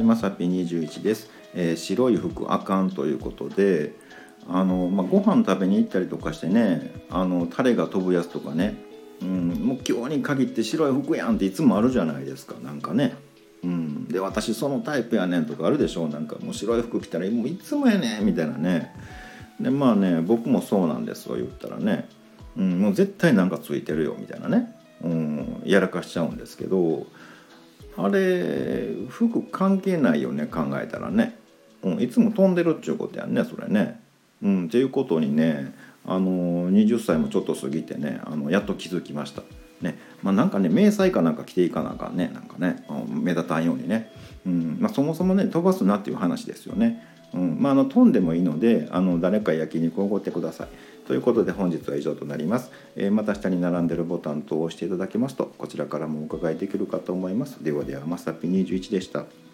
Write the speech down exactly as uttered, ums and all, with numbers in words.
い、まさぴにじゅういちです。えー、白い服あかんということで、あの、まあ、ご飯食べに行ったりとかしてね、あのタレが飛ぶやつとかね、うん、もう今日に限って白い服やんっていつもあるじゃないですか、なんかね。うん、で私そのタイプやねんとかあるでしょ。なんかもう白い服着たらもういつもやねんみたいなね。でまあね、僕もそうなんですよ、言ったらね、うん、もう絶対なんかついてるよみたいなね、うん、やらかしちゃうんですけど、あれ服関係ないよね、考えたらね、うん、いつも飛んでるっちゅうことやんね、それね。うん、っていうことにね、あのはたちもちょっと過ぎてね、あのやっと気づきましたね。まあ、なんかね、迷彩かなんか着ていかなあかんね、なんかね、目立たんようにね、うんまあ、そもそもね飛ばすなっていう話ですよね。うんまあ、あの飛んでもいいので、あの誰か焼肉をおごってくださいということで、本日は以上となります。えー、また下に並んでるボタン等を押していただけますと、こちらからもお伺いできるかと思います。ではでは、まさぴにじゅういちでした。